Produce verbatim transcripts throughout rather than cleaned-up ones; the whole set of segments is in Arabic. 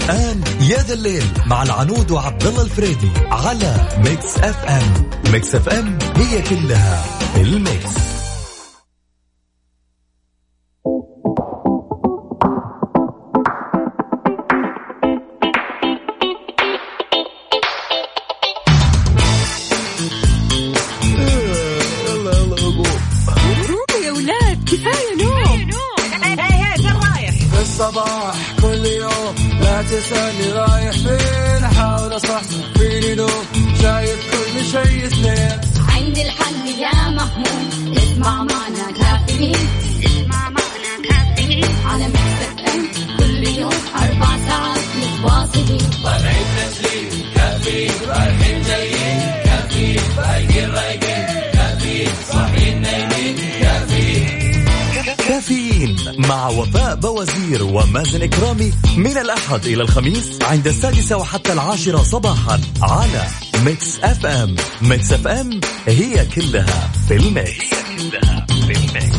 الآن يا ذا الليل مع العنود وعبد الله الفريدي على ميكس اف ام. ميكس اف ام هي كلها الميكس. الصباح كل يوم لا تسألني رايح فين، أحاول أصحصح فيني لو شايف كل شيء اثنين. عند الحل يا محمود اسمع معنا كافيين، اسمع معنا كافيين على ميكس اف ام كل يوم أربع ساعات متواصلين. طالعين تسليم كافيين، رايحين جايين كافيين، رايقين رايقين كافيين، صاحيين نايمين كافيين. كافيين مع وفاء بوزير ومازن إكرامي من الأحد إلى الخميس عند السادسة وحتى العاشرة صباحا على ميكس اف ام. ميكس اف ام هي كلها في الميكس. هي كلها في الميكس.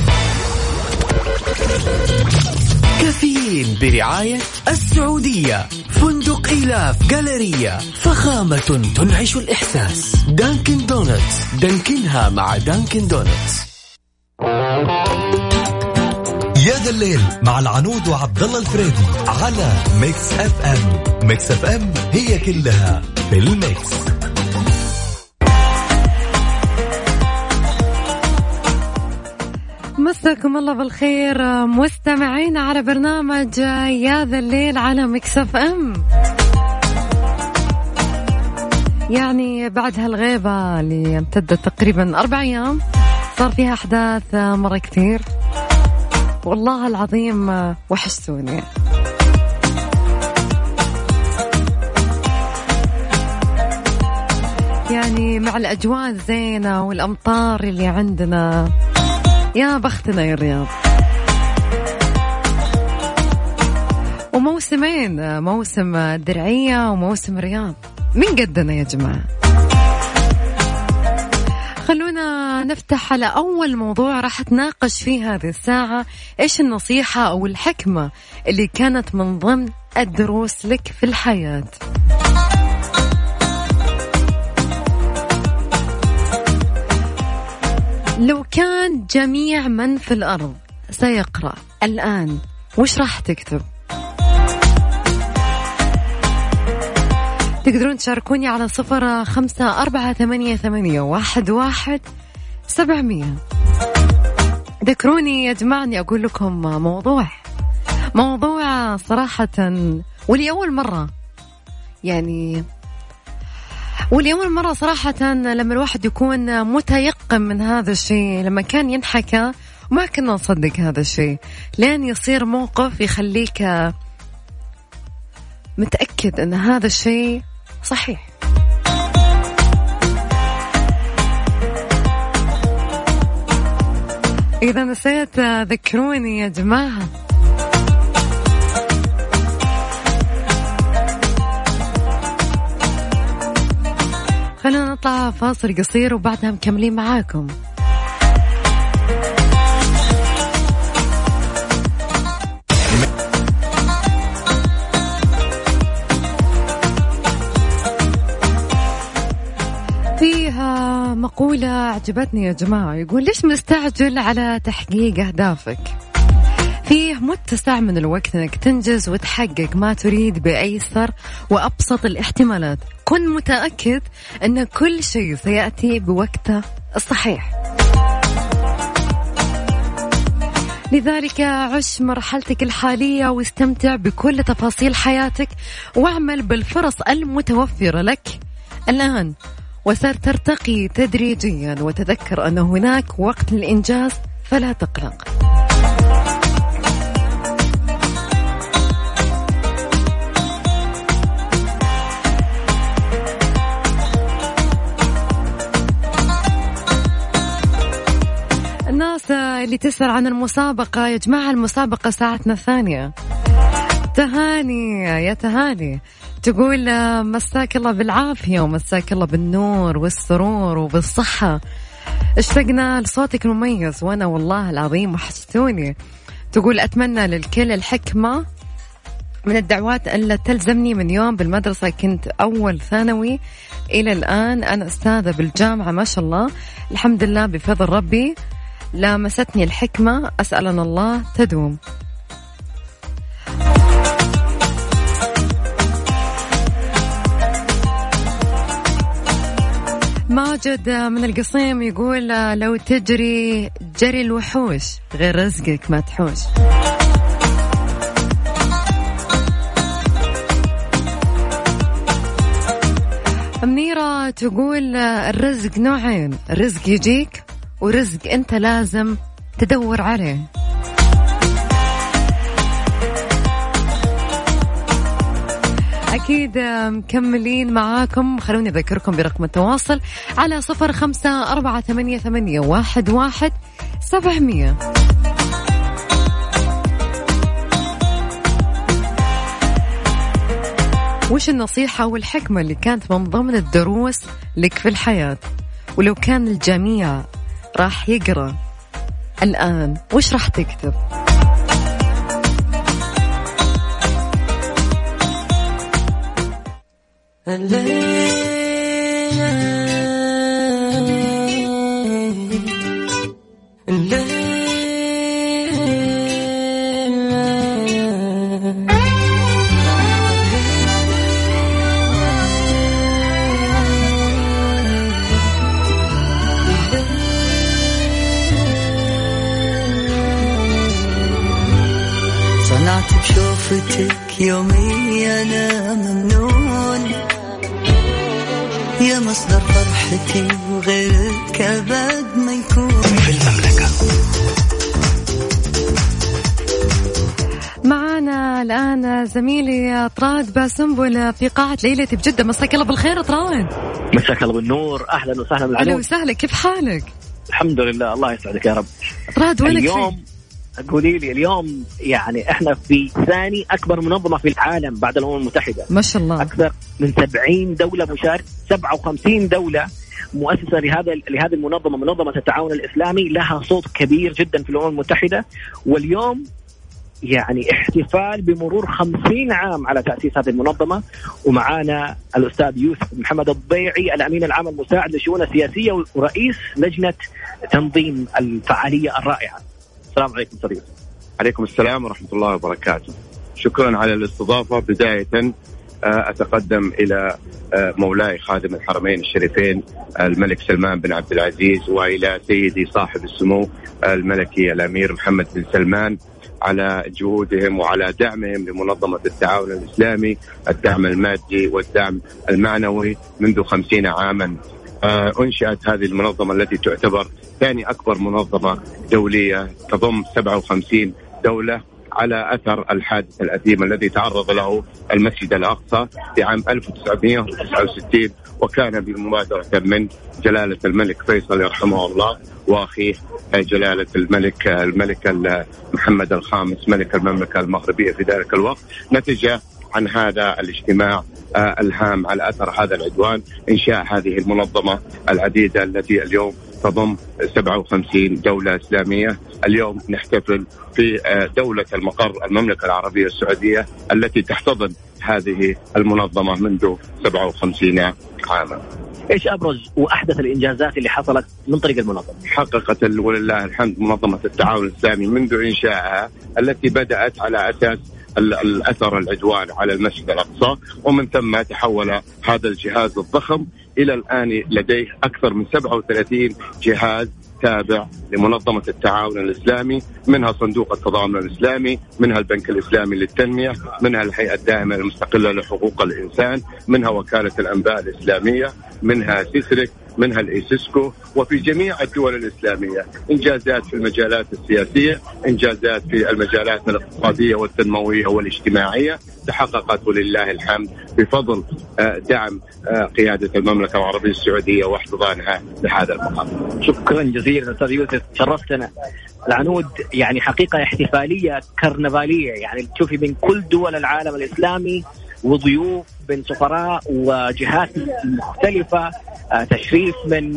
كافيين برعاية السعودية، فندق إيلاف جاليريا، فخامة تنعش الإحساس، دانكن دونتس، دانكنها مع دانكن دونتس. يا ذا الليل مع العنود وعبد الله الفريدي على ميكس اف ام. ميكس اف ام هي كلها في الميكس. مساكم الله بالخير مستمعين على برنامج يا ذا الليل على ميكس اف ام. يعني بعد هالغيبة اللي امتدت تقريبا أربع أيام صار فيها أحداث مرة كثير، والله العظيم وحشتوني. يعني مع الأجواء الزينة والأمطار اللي عندنا، يا بختنا يا الرياض. وموسمين، موسم الدرعية وموسم الرياض، من قدنا يا جماعة. خلونا نفتح على أول موضوع راح أتناقش فيه هذه الساعة. إيش النصيحة أو الحكمة اللي كانت من ضمن الدروس لك في الحياة؟ لو كان جميع من في الأرض سيقرأ الآن وش راح تكتب؟ تقدرون تشاركوني على صفر خمسة أربعة ثمانية ثمانية واحد واحد سبعمية. ذكروني يا جماعة أني أقول لكم موضوع موضوع صراحة ولأول مرة، يعني ولأول مرة صراحة لما الواحد يكون متيقن من هذا الشيء، لما كان ينحكى وما كنا نصدق هذا الشيء، لين يصير موقف يخليك متأكد أن هذا الشيء صحيح. إذا نسيت ذكروني يا جماعة. خلينا نطلع فاصل قصير وبعدها مكملين معاكم. فيها مقولة عجبتني يا جماعة، يقول ليش مستعجل على تحقيق أهدافك؟ فيه متسع من الوقت أنك تنجز وتحقق ما تريد بأيسر وأبسط الاحتمالات. كن متأكد أن كل شيء سيأتي بوقته الصحيح. لذلك عش مرحلتك الحالية واستمتع بكل تفاصيل حياتك، واعمل بالفرص المتوفرة لك الآن، وسترتقي تدريجيا، وتذكر أن هناك وقت للإنجاز فلا تقلق. الناس اللي تسأل عن المسابقة، يا جماعة المسابقة ساعتنا الثانية. تهاني يا تهاني، تقول مساك الله بالعافية ومساك الله بالنور والسرور وبالصحة، اشتقنا لصوتك المميز وأنا والله العظيم وحشتوني. تقول أتمنى للكل الحكمة من الدعوات ألا تلزمني من يوم بالمدرسة كنت أول ثانوي إلى الآن أنا أستاذة بالجامعة ما شاء الله الحمد لله بفضل ربي لامستني الحكمة أسألنا الله تدوم. ماجد من القصيم يقول لو تجري جري الوحوش غير رزقك ما تحوش. منيرة تقول الرزق نوعين، الرزق يجيك ورزق أنت لازم تدور عليه. أكيد مكملين معاكم، خلوني أذكركم برقم التواصل على صفر خمسة أربعة ثمانية ثمانية واحد واحد سبعمية. وش النصيحة والحكمة اللي كانت من ضمن الدروس لك في الحياة؟ ولو كان الجميع راح يقرأ الآن وش راح تكتب؟ صنعت بشوفتك يومي أنا ممنون يا مصدر فرحتي وغيرك أبد ما يكون في المملكة. معنا الآن زميلي طراد باسنبل في قاعة ليلتي بجدة. مساك الله بالخير طراد. مساك الله بالنور، أهلا وسهلا بالعنود. أهلا وسهلا، كيف حالك؟ الحمد لله الله يسعدك يا رب. طراد وينك اليوم؟ قولي لي اليوم يعني احنا في ثاني اكبر منظمه في العالم بعد الامم المتحده ما شاء الله، اكثر من سبعين دوله مشاركه، سبعة وخمسين دوله مؤسسه لهذا لهذه المنظمه، منظمه التعاون الاسلامي، لها صوت كبير جدا في الامم المتحده. واليوم يعني احتفال بمرور خمسين عام على تاسيس هذه المنظمه، ومعانا الاستاذ يوسف محمد الضيعي الامين العام المساعد للشؤون السياسيه ورئيس لجنه تنظيم الفعاليه الرائعه. السلام عليكم صديقي. عليكم السلام ورحمة الله وبركاته. شكرا على الاستضافة. بداية أتقدم إلى مولاي خادم الحرمين الشريفين الملك سلمان بن عبد العزيز وإلى سيدي صاحب السمو الملكي الأمير محمد بن سلمان على جهودهم وعلى دعمهم لمنظمة التعاون الإسلامي، الدعم المادي والدعم المعنوي منذ خمسين عاما. أنشأت هذه المنظمة التي تعتبر ثاني أكبر منظمة دولية تضم سبعة وخمسين دولة على أثر الحادث الأثيم الذي تعرض له المسجد الأقصى في عام ألف وتسعمائة وتسعة وستين، وكان بمبادرة من جلالة الملك فيصل يرحمه الله وأخيه جلالة الملك الملك محمد الخامس ملك المملكة المغربية في ذلك الوقت. نتج عن هذا الاجتماع الهام على أثر هذا العدوان إنشاء هذه المنظمة العديدة التي اليوم تضم سبعة وخمسين دولة إسلامية. اليوم نحتفل في دولة المقر المملكة العربية السعودية التي تحتضن هذه المنظمة منذ سبعة وخمسين عاما. إيش أبرز وأحدث الإنجازات اللي حصلت من طريق المنظمة؟ حققت ولله الحمد منظمة التعاون الإسلامي منذ إنشائها التي بدأت على أساس الأثر العدوان على المسجد الأقصى، ومن ثم تحول هذا الجهاز الضخم إلى الآن لديه أكثر من سبعة وثلاثين جهاز تابع لمنظمة التعاون الإسلامي، منها صندوق التضامن الإسلامي، منها البنك الإسلامي للتنمية، منها الهيئة الدائمة المستقلة لحقوق الإنسان، منها وكالة الأنباء الإسلامية، منها سيسرك، منها الإيسيسكو. وفي جميع الدول الإسلامية إنجازات في المجالات السياسية، إنجازات في المجالات الاقتصادية والتنموية والاجتماعية تحققت ولله الحمد بفضل دعم قيادة المملكة العربية السعودية واحتضانها لهذا المقام. شكرا جزيلا أستاذ يوسف، شرفتنا. العنود يعني حقيقة احتفالية كرنفالية، يعني تشوفي من كل دول العالم الإسلامي وضيوف من سفراء وجهات مختلفة، تشريف من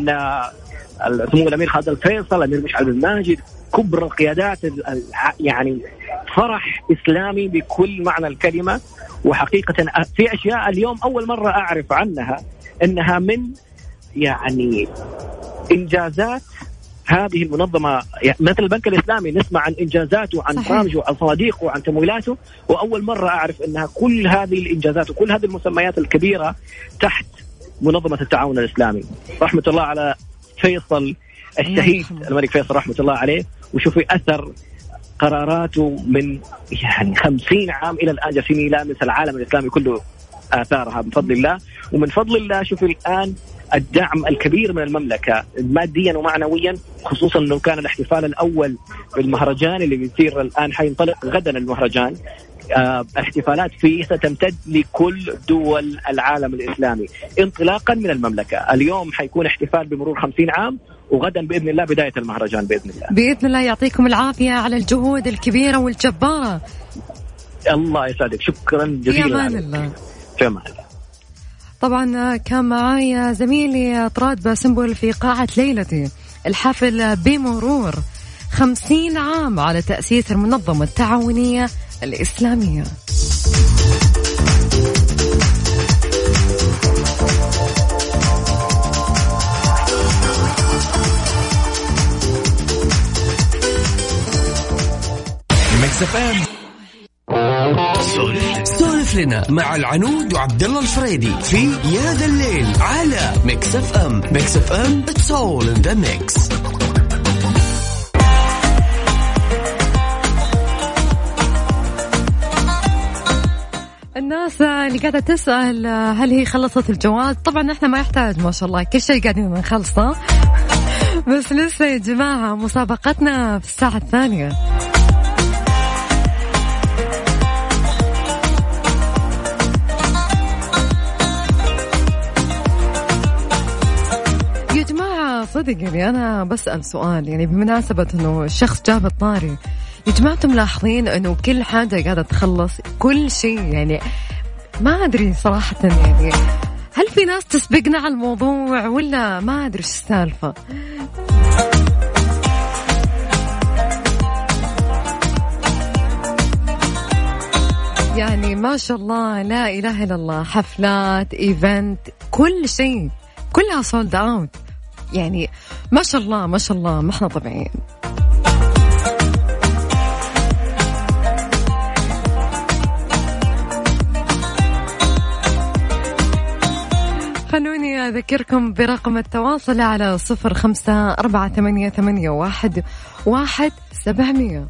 سمو الأمير خالد الفيصل، الأمير مشعل بن ماجد، كبرى القيادات يعني فرح إسلامي بكل معنى الكلمة. وحقيقة في أشياء اليوم أول مرة أعرف عنها أنها من يعني إنجازات هذه المنظمة، يعني مثل البنك الإسلامي نسمع عن إنجازاته، عن برامجه، وعن صناديقه، وعن تمويلاته، وأول مرة أعرف أنها كل هذه الإنجازات وكل هذه المسميات الكبيرة تحت منظمة التعاون الإسلامي. رحمة الله على فيصل الشهيد الملك فيصل رحمة الله عليه، وشوفي أثر قراراته من يعني خمسين عام إلى الآن جالسين يلامس العالم الإسلامي كله آثارها بفضل الله. ومن فضل الله شوفي الآن الدعم الكبير من المملكة ماديا ومعنويا، خصوصا أنه كان الاحتفال الأول بالمهرجان اللي بيصير الآن حينطلق غدا المهرجان. آه الاحتفالات فيه ستمتد لكل دول العالم الإسلامي انطلاقا من المملكة. اليوم حيكون احتفال بمرور خمسين عام، وغدا بإذن الله بداية المهرجان بإذن الله. بإذن الله. يعطيكم العافية على الجهود الكبيرة والجبارة. الله يسعدك، شكرا جزيلا. في أمان الله. في أمان الله. طبعا كان معايا زميلي طراد باسنبل في قاعة ليلتي، الحفل بمرور خمسين عام على تأسيس المنظمة التعاونية الإسلامية. سولف لنا مع العنود وعبد الله الفريدي في يا ذا الليل على ميكس اف ام. ميكس اف ام it's all in the mix. الناس اللي قاعدة تسأل هل هي خلصت الجواز، طبعا احنا ما يحتاج ما شاء الله كل شيء قاعدين نخلصه، بس لسه يا جماعة مسابقتنا في الساعة الثانية. يا جماعة صدق يعني أنا بسأل سؤال، يعني بمناسبة أنه الشخص جاب الطاري، يا جماعة ملاحظين أنه كل حاجة قاعدة تخلص كل شيء، يعني ما أدري صراحة يعني هل في ناس تسبقنا على الموضوع ولا ما أدري إيش السالفة. يعني ما شاء الله لا إله إلا الله، حفلات إيفنت كل شيء كلها سولد أوت، يعني ما شاء الله ما شاء الله ما احنا طبيعيين. خلوني أذكركم برقم التواصل على صفر خمسة أربعة ثمانية ثمانية واحد واحد سبعمية.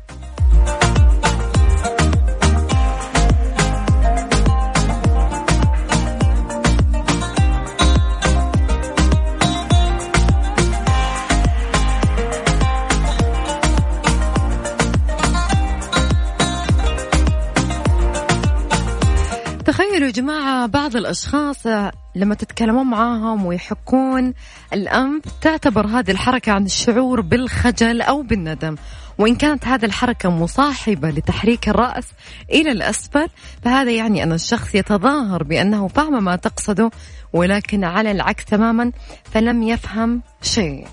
تخيلوا يا جماعة بعض الأشخاص لما تتكلمون معاهم ويحكون الأنف تعتبر هذه الحركة عن الشعور بالخجل أو بالندم، وإن كانت هذه الحركة مصاحبة لتحريك الرأس إلى الأسفل فهذا يعني أن الشخص يتظاهر بأنه فهم ما تقصده، ولكن على العكس تماما فلم يفهم شيء.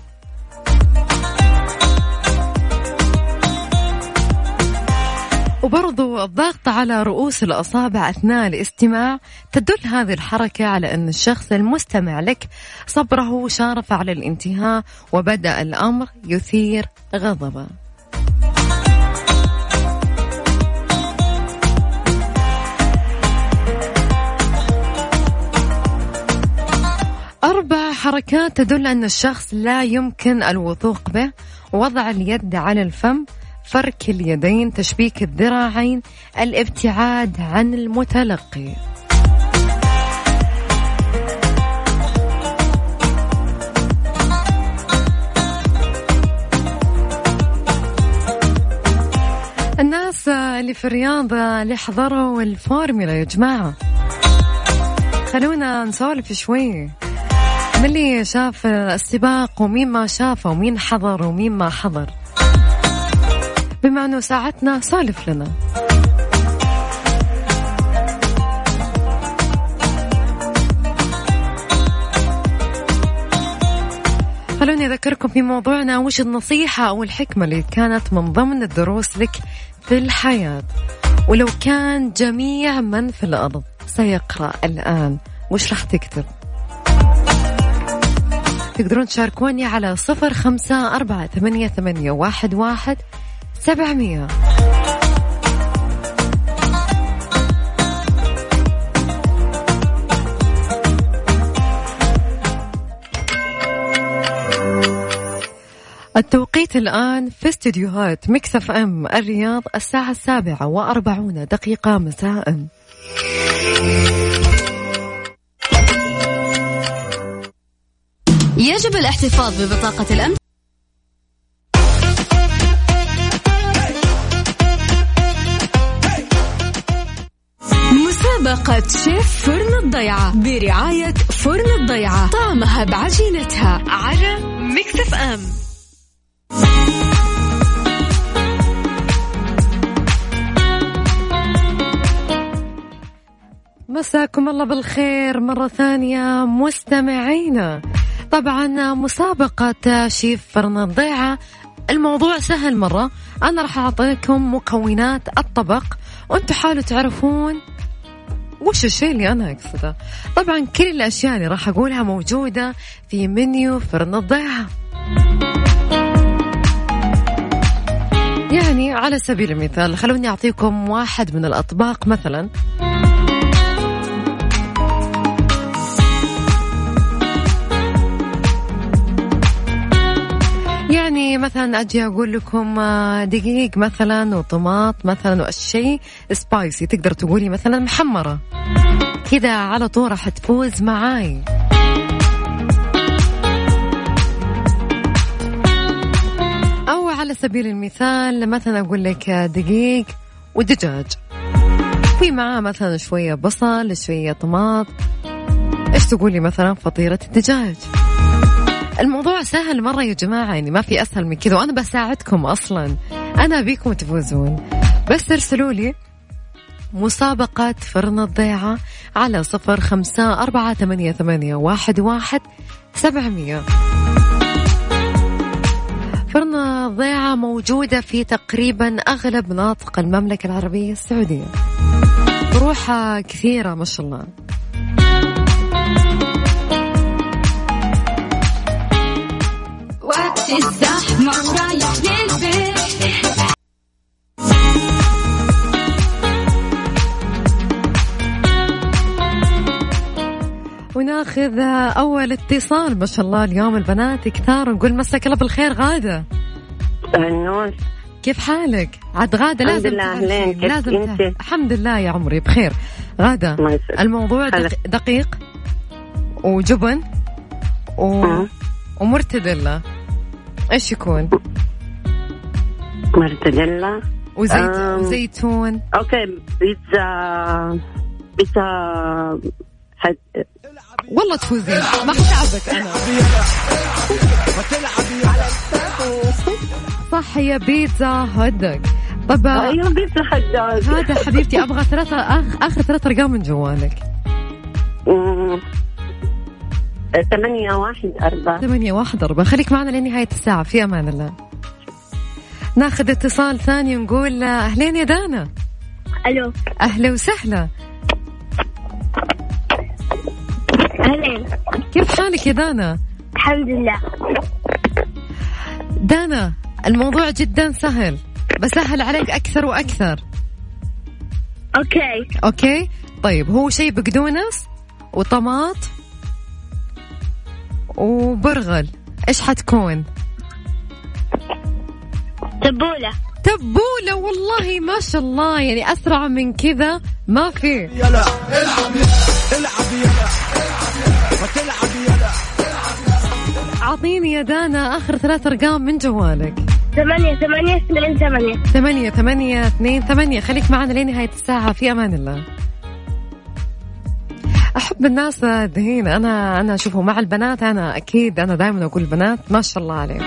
وبرضو الضغط على رؤوس الأصابع أثناء الاستماع تدل هذه الحركة على أن الشخص المستمع لك صبره شارف على الانتهاء وبدأ الأمر يثير غضبه. أربع حركات تدل أن الشخص لا يمكن الوثوق به: وضع اليد على الفم، فرك اليدين، تشبيك الذراعين، الابتعاد عن المتلقي. الناس اللي في الرياضة اللي حضروا الفورمولا يا جماعة خلونا نسولف شوي، من اللي شاف السباق ومين ما شافه ومين حضر ومين ما حضر، بما أنه ساعتنا سالف لنا. خلوني أذكركم في موضوعنا، وش النصيحة أو الحكمة اللي كانت من ضمن الدروس لك في الحياة؟ ولو كان جميع من في الأرض سيقرأ الآن وش راح تكتب؟ تقدرون تشاركوني على صفر خمسة أربعة ثمانية ثمانية واحد واحد سبعمية. التوقيت الآن في استديوهات ميكس اف ام الرياض الساعة السابعة وأربعون دقيقة مساء. يجب الاحتفاظ ببطاقة الأمن. مسابقة شيف فرن الضيعة برعاية فرن الضيعة، طعمها بعجينتها، على ميكس اف ام. مساكم الله بالخير مرة ثانية مستمعينا. طبعا مسابقة شيف فرن الضيعة الموضوع سهل مرة. أنا راح أعطيكم مكونات الطبق وأنتم حاولوا تعرفون وش الشيء اللي أنا أقصده. طبعا كل الأشياء اللي راح أقولها موجودة في منيو فرن الضيعة. يعني على سبيل المثال خلوني أعطيكم واحد من الأطباق مثلا. يعني مثلا أجي أقول لكم دقيق مثلا وطماط مثلا والشيء سبايسي، تقدر تقولي مثلا محمرة كذا على طول راح تفوز معاي. أو على سبيل المثال مثلا أقول لك دقيق ودجاج في معاه مثلا شوية بصل شوية طماط، إيش تقولي مثلا فطيرة الدجاج. الموضوع سهل مرة يا جماعة، يعني ما في أسهل من كذا، وأنا بساعدكم أصلا، أنا بيكم تفوزون. بس ارسلوا لي مسابقة فرن الضيعة على صفر خمسة أربعة ثمانية ثمانية واحد واحد سبعمية. فرن الضيعة موجودة في تقريبا أغلب مناطق المملكة العربية السعودية، فروحها كثيرة ما شاء الله. وقت الزحمة ورايح للبيت. وناخذ أول اتصال. ما شاء الله اليوم البنات كثار. نقول مساك الله بالخير غادة. النور، كيف حالك؟ عاد غادة لازم تعرفين، لازم تعرفين. الحمد لله يا عمري بخير. غادة الموضوع دق... دقيق وجبن و... ومرتدلة، ايش يكون؟ مرتدلة وزيت... أم... وزيتون. اوكي بيتزا بيتزا حد... والله تفوزين ما حتعبك انا. صح يا بيتزا هدك. طب ايوه بيتزا حداد. هذا حبيبتي ابغى ثلاثة آخ... اخر ثلاثة ارقام من جوالك. ثمانية واحد أربعة ثمانية واحد أربعة. خليك معنا لنهاية الساعة في أمان الله. ناخذ اتصال ثاني ونقول أهلين يا دانا. ألو. أهلا وسهلا. أهلين. كيف حالك يا دانا؟ الحمد لله. دانا الموضوع جدا سهل، بسهل عليك أكثر وأكثر. أوكي. أوكي طيب، هو شيء بقدونس وطماط وبرغل، إيش حتكون؟ تبولة. تبولة. والله ما شاء الله، يعني أسرع من كذا ما في. يلا العب العب يلا وتلعب يلا. أعطيني يا دانا آخر ثلاث أرقام من جوالك. ثمانية ثمانية اثنين ثمانية. ثمانية ثمانية اثنين ثمانية. خليك معنا لنهاية الساعة في أمان الله. أحب الناس دهين، أنا أنا أشوفه مع البنات، أنا أكيد أنا دائما أقول البنات ما شاء الله عليهم.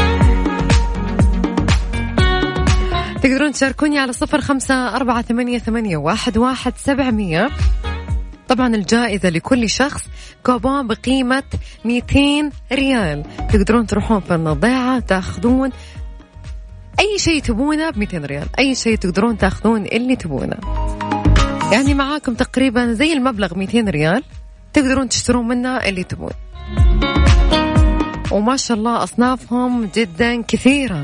تقدرون تشاركوني على صفر خمسة أربعة ثمانية ثمانية واحد واحد سبعمية. طبعا الجائزة لكل شخص كوبون بقيمة مئتين ريال. تقدرون تروحون في الضيعة تأخذون أي شيء تبونه بمئتين ريال، أي شيء تقدرون تأخذون اللي تبونه. يعني معاكم تقريبا زي المبلغ مئتين ريال تقدرون تشترون منه اللي تبون. وما شاء الله أصنافهم جدا كثيرة.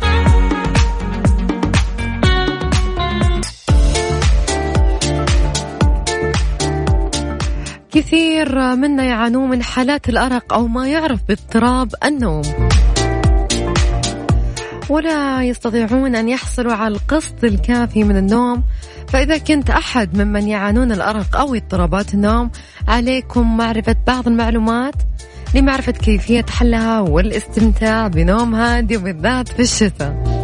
كثير منا يعانون من حالات الأرق أو ما يعرف باضطراب النوم، ولا يستطيعون أن يحصلوا على القسط الكافي من النوم. فإذا كنت أحد ممن يعانون الأرق أو اضطرابات النوم، عليكم معرفة بعض المعلومات لمعرفة كيفية حلها والاستمتاع بنوم هادي، وبالذات في الشتاء.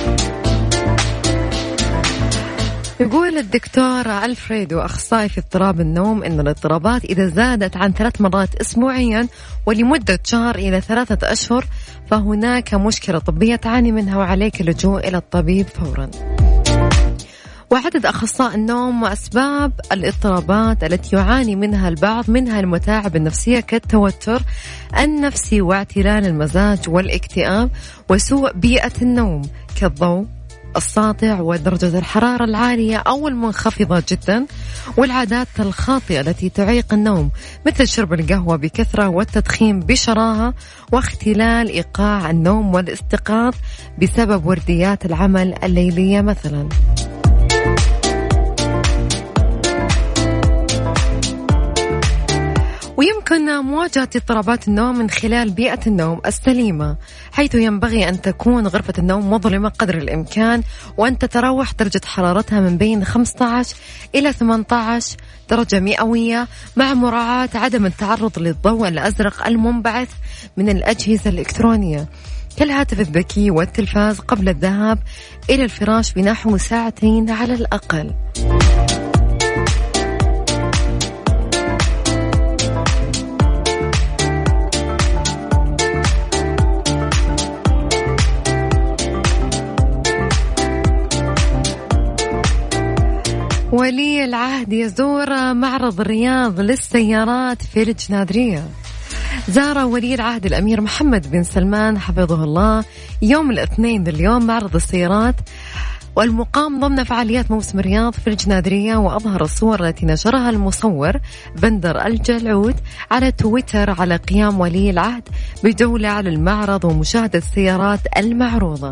يقول الدكتور ألفريدو أخصائي في اضطراب النوم إن الاضطرابات إذا زادت عن ثلاث مرات أسبوعيا ولمدة شهر إلى ثلاثة أشهر فهناك مشكلة طبية تعاني منها، وعليك اللجوء إلى الطبيب فورا. وعدد أخصائي النوم وأسباب الاضطرابات التي يعاني منها البعض، منها المتاعب النفسية كالتوتر النفسي واعتلال المزاج والاكتئاب، وسوء بيئة النوم كالضوء الساطع ودرجة الحرارة العالية أو المنخفضة جدا، والعادات الخاطئة التي تعيق النوم مثل شرب القهوة بكثرة والتدخين بشراهة، واختلال إيقاع النوم والاستيقاظ بسبب ورديات العمل الليلية مثلا. ويمكن مواجهة اضطرابات النوم من خلال بيئة النوم السليمة، حيث ينبغي أن تكون غرفة النوم مظلمة قدر الإمكان، وأن تتراوح درجة حرارتها من بين خمسة عشر إلى ثمانية عشر درجة مئوية، مع مراعاة عدم التعرض للضوء الأزرق المنبعث من الأجهزة الإلكترونية كالهاتف الذكي والتلفاز قبل الذهاب إلى الفراش بنحو ساعتين على الأقل. ولي العهد يزور معرض الرياض للسيارات في الجنادرية. زار ولي العهد الأمير محمد بن سلمان حفظه الله يوم الاثنين اليوم معرض السيارات والمقام ضمن فعاليات موسم الرياض في الجنادرية، وأظهر الصور التي نشرها المصور بندر الجلعود على تويتر على قيام ولي العهد بجولة على المعرض ومشاهدة السيارات المعروضة.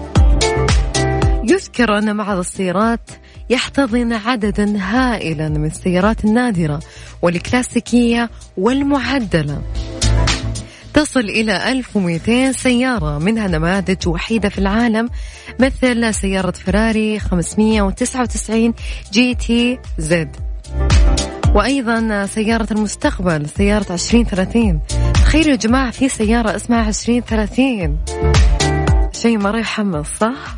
يذكر أن معرض السيارات يحتضن عددا هائلا من السيارات النادرة والكلاسيكية والمعدلة، تصل إلى ألف ومئتين سيارة، منها نماذج وحيدة في العالم مثل سيارة فراري خمسمئة وتسعة وتسعين جي تي زد، وأيضا سيارة المستقبل سيارة عشرين ثلاثين. تخيلوا يا جماعة في سيارة اسمها عشرين ثلاثين، شيء مرة يحمس صح؟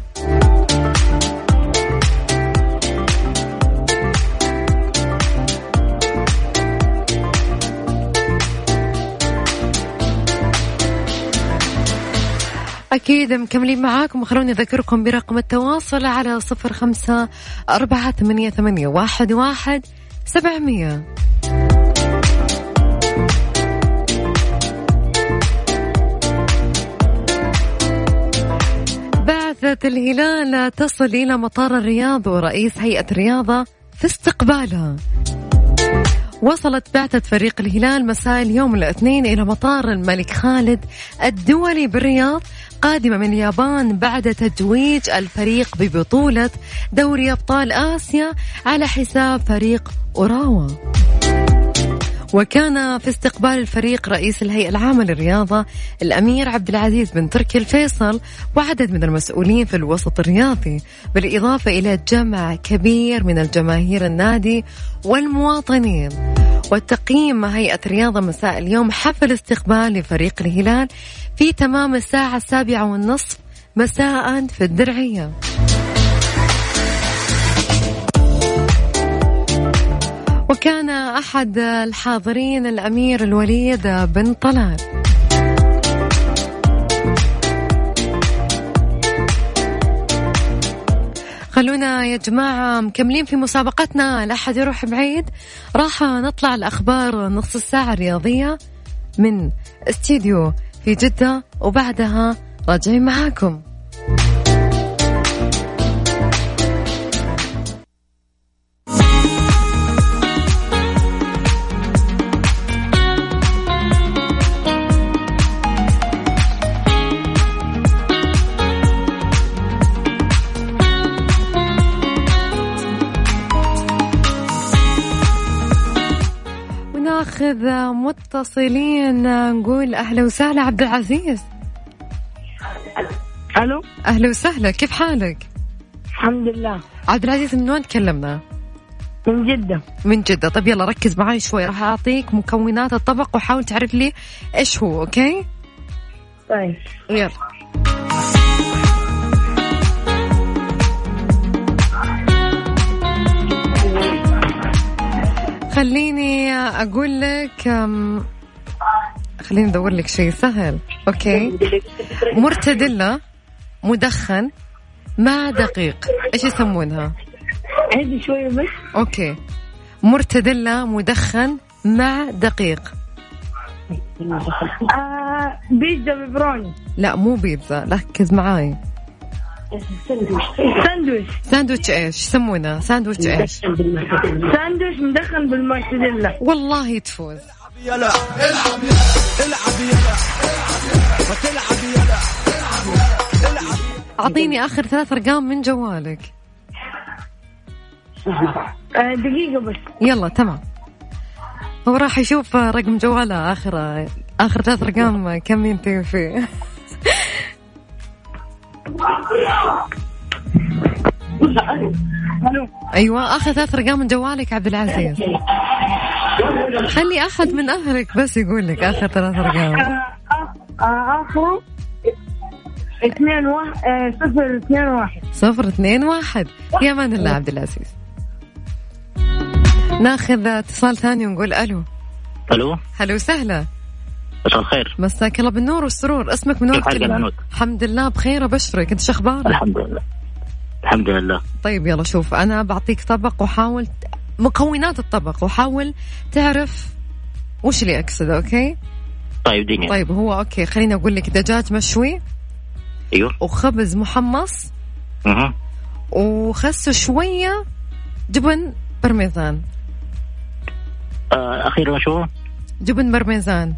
أكيد مكملين معاكم، وخلوني أذكركم برقم التواصل على صفر خمسة أربعة ثمانية ثمانية واحد واحد سبعمية. بعثة الهلال تصل إلى مطار الرياض ورئيس هيئة الرياضة في استقبالها. وصلت بعثة فريق الهلال مساء اليوم الاثنين إلى مطار الملك خالد الدولي بالرياض قادمة من اليابان بعد تتويج الفريق ببطولة دوري أبطال آسيا على حساب فريق أوراوا. وكان في استقبال الفريق رئيس الهيئة العامة للرياضة الأمير عبد العزيز بن تركي الفيصل وعدد من المسؤولين في الوسط الرياضي، بالإضافة إلى جمع كبير من الجماهير النادي والمواطنين. وتقييم هيئة الرياضة مساء اليوم حفل استقبال لفريق الهلال في تمام الساعة السابعة والنصف مساء في الدرعية. وكان أحد الحاضرين الأمير الوليد بن طلال. خلونا يا جماعة مكملين في مسابقتنا، لا أحد يروح بعيد. راح نطلع الأخبار نص الساعة الرياضية من استديو في جدة، وبعدها راجعين معاكم. ناخذ متصلين، نقول أهلا وسهلا عبد العزيز. الو أهلا وسهلا، كيف حالك؟ الحمد لله. عبد العزيز من وين تكلمنا؟ من جدة. من جدة. طيب يلا ركز معي شوي، راح أعطيك مكونات الطبق وحاول تعرف لي إيش هو. أوكي طيب يلا. خليني أقول لك، خليني أدور لك شيء سهل. أوكي، مرتدلة مدخن مع دقيق، إيش يسمونها؟ عيد شوية بس. أوكي، مرتدلة مدخن مع دقيق. آه بيتزا بيبروني. لا مو بيتزا، ركز معاي. ساندويش. ساندويش إيش يسمونه؟ ساندويش إيش؟ ساندويش مدخن بالمورتديلا. والله تفوز. يلا العب يلا العب يلا وتلعب يلا العب. أعطيني آخر ثلاث أرقام من جوالك. آه دقيقة بس. يلا تمام. هو راح يشوف رقم جواله آخر آخر ثلاث أرقام كم ينتهي فيه. أيوة آخر ثلاث أرقام من جوالك عبد العزيز. خلي أحد من أهلك بس يقول لك آخر ثلاث أرقام. آخر اثنين واحد صفر اثنين واحد. صفر اثنين واحد. يا مان الله عبد العزيز. ناخذ اتصال ثاني ونقول ألو. ألو. هلا وسهلا. مساء الخير. مساك الله بالنور والسرور. اسمك من وين؟ الحمد لله بخير وبشرك. انت شخبارك؟ الحمد لله الحمد لله. طيب يلا شوف، انا بعطيك طبق وحاول مكونات الطبق وحاول تعرف وش اللي اقصده. اوكي طيب ديني. طيب هو اوكي، خليني اقول لك دجاج مشوي. ايوه. وخبز محمص. اها. وخس شويه جبن برميزان. آه اخيرا شو؟ جبن برميزان.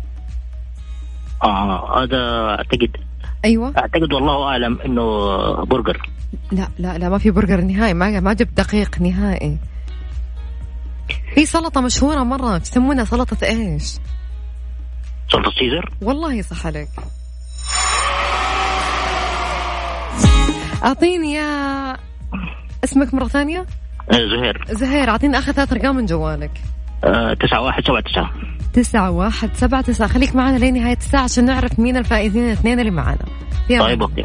اه هذا اعتقد. ايوه اعتقد والله اعلم انه برجر. لا لا لا ما في برجر نهائي، ما ما جبت دقيق نهائي. في سلطة مشهورة مرة تسمونها سلطة ايش؟ سلطة سيزر. والله صح عليك. اعطيني يا اسمك مرة ثانية. زهير. زهير اعطيني اخر ثلاث ارقام من جوالك. آه، تسعة واحد سبعة تسعة. تسعة واحد سبعة تسعة. خليك معنا لين نهاية الساعة عشان نعرف مين الفائزين الاثنين اللي معنا. طيب اوكي.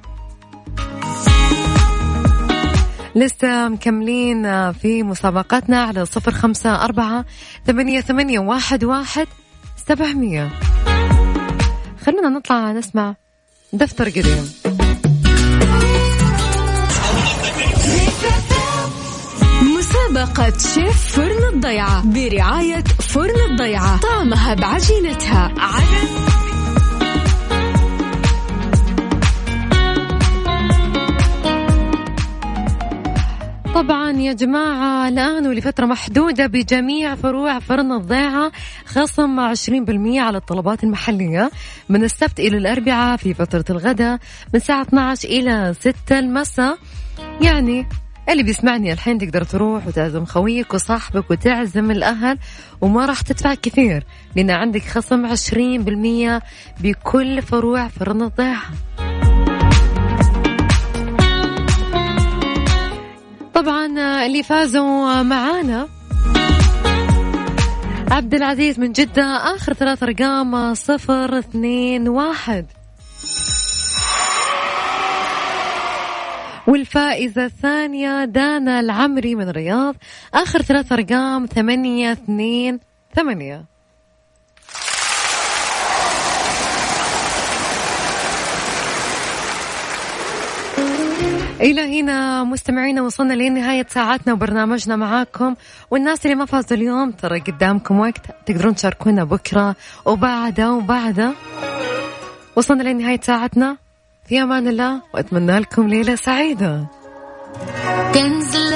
لسه مكملين في مسابقتنا على صفر خمسة أربعة ثمانية ثمانية واحد واحد سبعمية. خلونا نطلع نسمع دفتر قديم. مسابقة شيف فرن الضيعة برعاية فرن الضيعة، طعمها بعجينتها على طبعا يا جماعة الآن ولفترة محدودة بجميع فروع فرن الضيعة خصم عشرين بالمئة على الطلبات المحلية من السبت إلى الأربعاء في فترة الغداء من الساعة اثنتي عشرة إلى ستة المساء. يعني اللي بيسمعني الحين تقدر تروح وتعزم خويك وصاحبك وتعزم الأهل وما راح تدفع كثير، لأن عندك خصم عشرين بالمئة بكل فروع فرن الضيعة. طبعا اللي فازوا معانا عبد العزيز من جدة، آخر ثلاث أرقام صفر اثنين واحد. والفائزة الثانية دانا العمري من الرياض، آخر ثلاث أرقام ثمانية اثنين ثمانية. إلى هنا مستمعينا وصلنا لنهاية ساعتنا وبرنامجنا معاكم. والناس اللي ما فازوا اليوم ترى قدامكم وقت تقدرون تشاركونا بكرة وبعده وبعده. وصلنا لنهاية ساعتنا، في أمان الله وأتمنى لكم ليلة سعيدة. تنزل